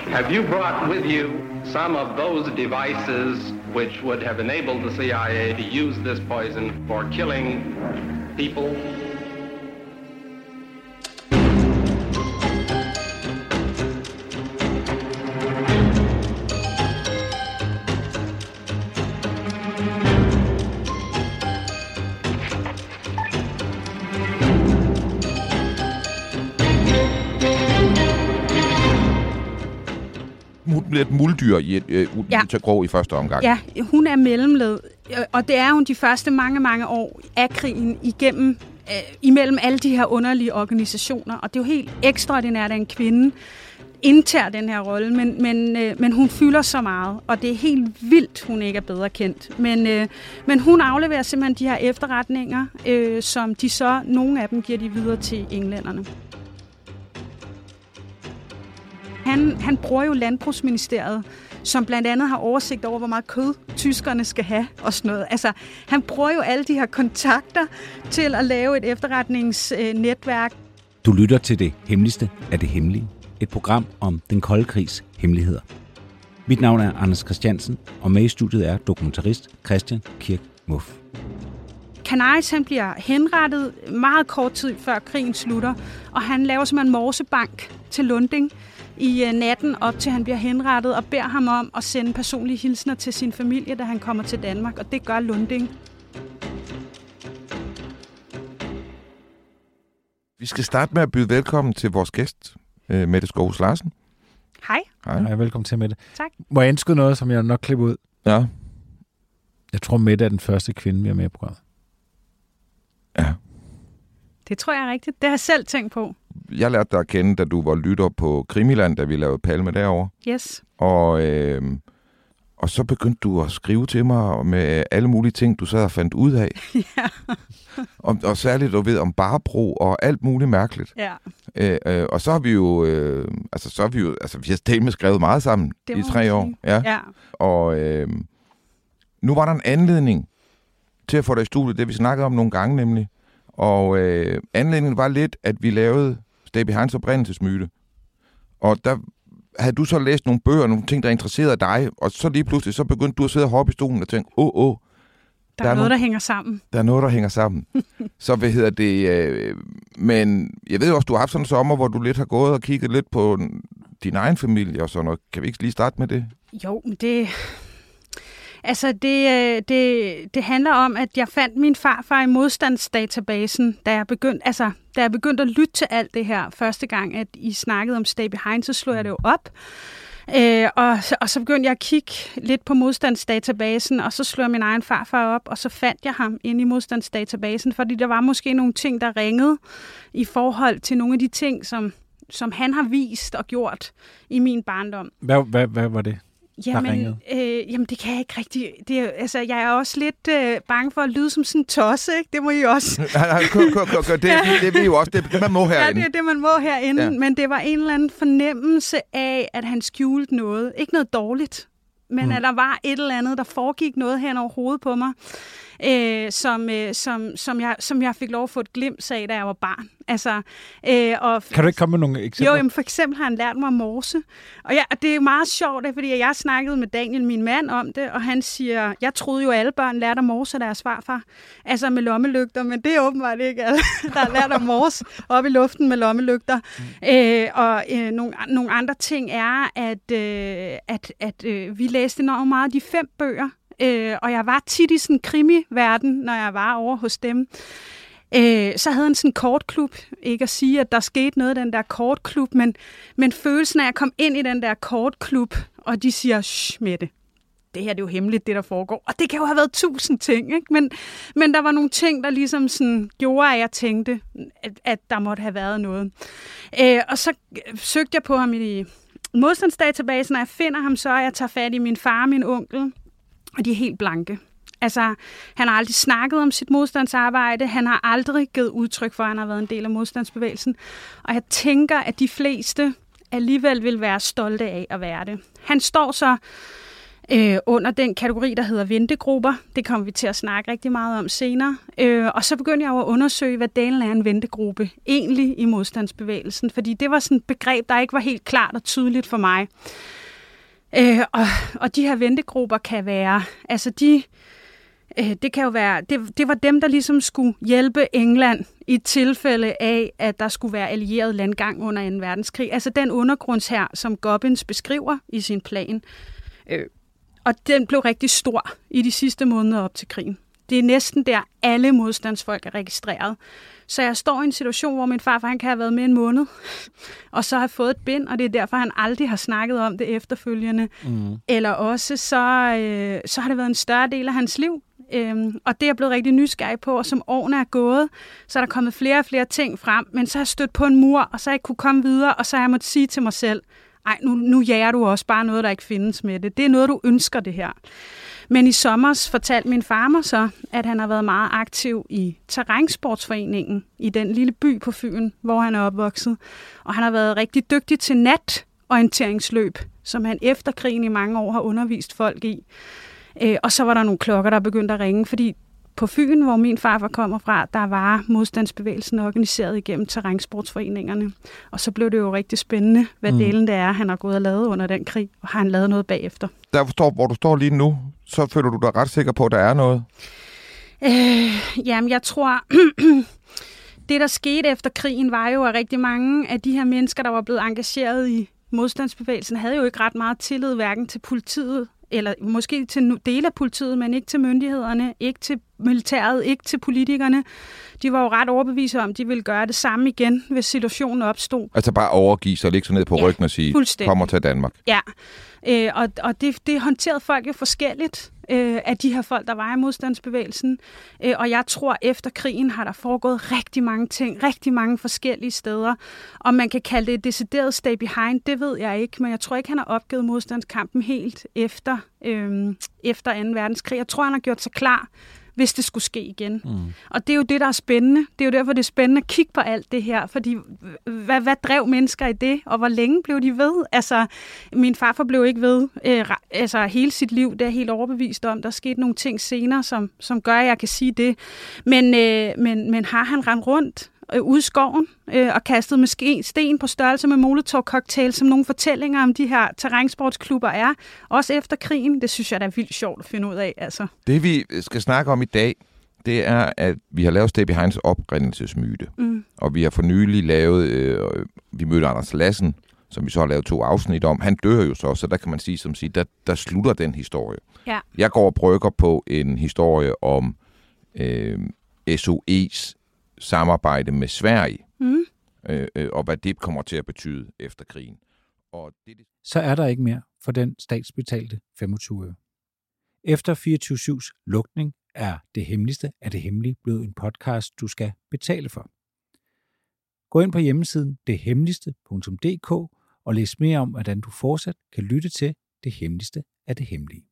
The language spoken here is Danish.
Have you brought with you some of those devices which would have enabled the CIA to use this poison for killing people? Hun bliver et muldyr i Grå i første omgang. Ja, hun er mellemled, og det er hun de første mange år af krigen imellem alle de her underlige organisationer, og det er jo helt ekstraordinært, at en kvinde indtager den her rolle, men hun fylder så meget, og det er helt vildt, hun ikke er bedre kendt. Men hun afleverer simpelthen de her efterretninger, som de så, nogle af dem giver de videre til englænderne. Han bruger jo Landbrugsministeriet, som blandt andet har oversigt over, hvor meget kød tyskerne skal have og sådan noget. Altså, han bruger jo alle de her kontakter til at lave et efterretningsnetværk. Du lytter til Det Hemmeligste af det Hemmelige. Et program om den kolde krigs hemmeligheder. Mit navn er Anders Christiansen, og med i studiet er dokumentarist Christian Kirk Muff. Canaris, han bliver henrettet meget kort tid før krigen slutter, og han laver simpelthen morsebank til Lunding i natten op til han bliver henrettet og beder ham om at sende personlige hilsner til sin familie, da han kommer til Danmark, og det gør Lunding. Vi skal starte med at byde velkommen til vores gæst, Mette Schous Larsen. Hej. Hej, velkommen til, Mette. Tak. Må jeg indskyde noget, som jeg nok klipper ud? Ja. Jeg tror, Mette er den første kvinde, vi har med i programmet. Ja. Det tror jeg er rigtigt. Det har jeg selv tænkt på. Jeg lærte dig at kende, da du var lytter på Krimiland, da vi lavede Palme derovre. Yes. Og så begyndte du at skrive til mig med alle mulige ting, du sad og fandt ud af. Ja. og særligt, du ved, om Barbro og alt muligt mærkeligt. Ja. Og så har vi jo, vi har stemme skrevet meget sammen i 3 år. Ja. Og nu var der en anledning til at få dig i studiet, det vi snakkede om nogle gange nemlig. Og anledningen var lidt, at vi lavede Stay Behinds oprindelsesmyte. Og der havde du så læst nogle bøger, nogle ting, der interesserede dig, og så lige pludselig, så begyndte du at sidde og hoppe i stolen og tænke, der er noget, der hænger sammen. Der er noget, der hænger sammen. Så men jeg ved også, du har haft sådan en sommer, hvor du lidt har gået og kigget lidt på din egen familie og sådan noget. Kan vi ikke lige starte med det? Jo, men det handler om, at jeg fandt min farfar i modstandsdatabasen, da jeg begyndte at lytte til alt det her første gang, at I snakkede om Stay Behind, så slog jeg det jo op. Og så begyndte jeg at kigge lidt på modstandsdatabasen, og så slog jeg min egen farfar op, og så fandt jeg ham inde i modstandsdatabasen, fordi der var måske nogle ting, der ringede i forhold til nogle af de ting, som han har vist og gjort i min barndom. Hvad var det? Jamen, det kan jeg ikke rigtig. Jeg er også lidt bange for at lyde som sådan en tosse, ikke? Det må I også. Det er vi jo også. Det man må herinde. Ja, det er det, man må herinde. Ja. Men det var en eller anden fornemmelse af, at han skjulte noget. Ikke noget dårligt, men at der var et eller andet, der foregik noget hen over hovedet på mig, som jeg fik lov at få et glimt af, da jeg var barn. Kan du ikke komme med nogle eksempler? Jo, jamen for eksempel har han lært mig at morse. Og det er meget sjovt, fordi jeg snakkede med Daniel, min mand, om det, og han siger, jeg troede jo, alle børn lærte at morse deres farfar. Altså med lommelygter, men det er åbenbart ikke alle, der har lært at morse op i luften med lommelygter. Nogle andre ting er, at vi læste enormt meget af de 5 bøger, og jeg var tit i sådan en krimi-verden, når jeg var over hos dem. Så havde han sådan en kortklub. Ikke at sige, at der skete noget i den der kortklub, men følelsen af at komme ind i den der kortklub, og de siger, shh, Mette, det her det er jo hemmeligt, det der foregår. Og det kan jo have været 1000 ting, ikke? Men der var nogle ting, der ligesom sådan gjorde, at jeg tænkte, at der måtte have været noget. Og så søgte jeg på ham i modstandsdatabasen, og jeg finder ham så, og jeg tager fat i min far og min onkel, og de er helt blanke. Altså, han har aldrig snakket om sit modstandsarbejde. Han har aldrig givet udtryk for, at han har været en del af modstandsbevægelsen. Og jeg tænker, at de fleste alligevel vil være stolte af at være det. Han står så under den kategori, der hedder ventegrupper. Det kommer vi til at snakke rigtig meget om senere. Og så begyndte jeg jo at undersøge, hvad delen er en ventegruppe egentlig i modstandsbevægelsen, fordi det var sådan et begreb, der ikke var helt klart og tydeligt for mig. Og de her ventegrupper kan være, altså det kan jo være, det var dem, der ligesom skulle hjælpe England i tilfælde af, at der skulle være allieret landgang under 2. verdenskrig. Altså den undergrundshær, som Goebbels beskriver i sin plan. Og den blev rigtig stor i de sidste måneder op til krigen. Det er næsten der, alle modstandsfolk er registreret. Så jeg står i en situation, hvor min farfar han kan have været med en måned, og så har jeg fået et bind, og det er derfor, han aldrig har snakket om det efterfølgende. Eller også, så har det været en større del af hans liv. Og det er jeg blevet rigtig nysgerrig på, og som årene er gået, så er der kommet flere og flere ting frem, men så har jeg stødt på en mur, og så har jeg ikke kunne komme videre, og så har jeg måttet sige til mig selv, ej, nu jager du også bare noget, der ikke findes med det. Det er noget, du ønsker, det her. Men i sommer fortalte min far mig så, at han har været meget aktiv i Terrænsportsforeningen i den lille by på Fyn, hvor han er opvokset. Og han har været rigtig dygtig til natorienteringsløb, som han efter krigen i mange år har undervist folk i. Og så var der nogle klokker, der begyndte at ringe, fordi på Fyn, hvor min farfar kommer fra, der var modstandsbevægelsen organiseret igennem terrænsportsforeningerne. Og så blev det jo rigtig spændende, hvad delen det er, han har gået og lavet under den krig, og har han lavet noget bagefter. Hvor du står lige nu, så føler du dig ret sikker på, at der er noget? Jamen, jeg tror, det der skete efter krigen, var jo, at rigtig mange af de her mennesker, der var blevet engageret i modstandsbevægelsen, havde jo ikke ret meget tillid, hverken til politiet, eller måske til dele af politiet, men ikke til myndighederne, ikke til militæret, ikke til politikerne. De var jo ret overbevist om, at de ville gøre det samme igen, hvis situationen opstod. Altså bare overgive sig og lægge sig ned på ryggen og sige, kom og tag Danmark. Ja, og det håndterede folk jo forskelligt af de her folk, der var i modstandsbevægelsen. Og jeg tror, efter krigen har der foregået rigtig mange ting, rigtig mange forskellige steder. Om man kan kalde det et decideret stay behind, det ved jeg ikke, men jeg tror ikke, han har opgivet modstandskampen helt efter 2. verdenskrig. Jeg tror, han har gjort sig klar, hvis det skulle ske igen. Og det er jo det, der er spændende. Det er jo derfor, det er spændende at kigge på alt det her, fordi hvad drev mennesker i det, og hvor længe blev de ved? Altså, min farfar blev ikke ved hele sit liv, det er helt overbevist om. Der skete nogle ting senere, som gør, at jeg kan sige det. Men har han rendt rundt ude i skoven og kastet med sten på størrelse med Molotov-cocktail, som nogle fortællinger om de her terrænsportsklubber er, også efter krigen? Det synes jeg, der er vildt sjovt at finde ud af. Altså. Det vi skal snakke om i dag, det er, at vi har lavet Stay Behinds oprindelsesmyte. Og vi har for nylig lavet, vi mødte Anders Lassen, som vi så har lavet 2 afsnit om. Han dør jo så der kan man sige, der slutter den historie. Ja. Jeg går og brygger på en historie om SOE's samarbejde med Sverige, og hvad det kommer til at betyde efter krigen. Og så er der ikke mere for den statsbetalte 25 øre. Efter 24/7's lukning er Det Hemmeligste af det Hemmelige blevet en podcast, du skal betale for. Gå ind på hjemmesiden dethemmeligste.dk og læs mere om, hvordan du fortsat kan lytte til Det Hemmeligste af det Hemmelige.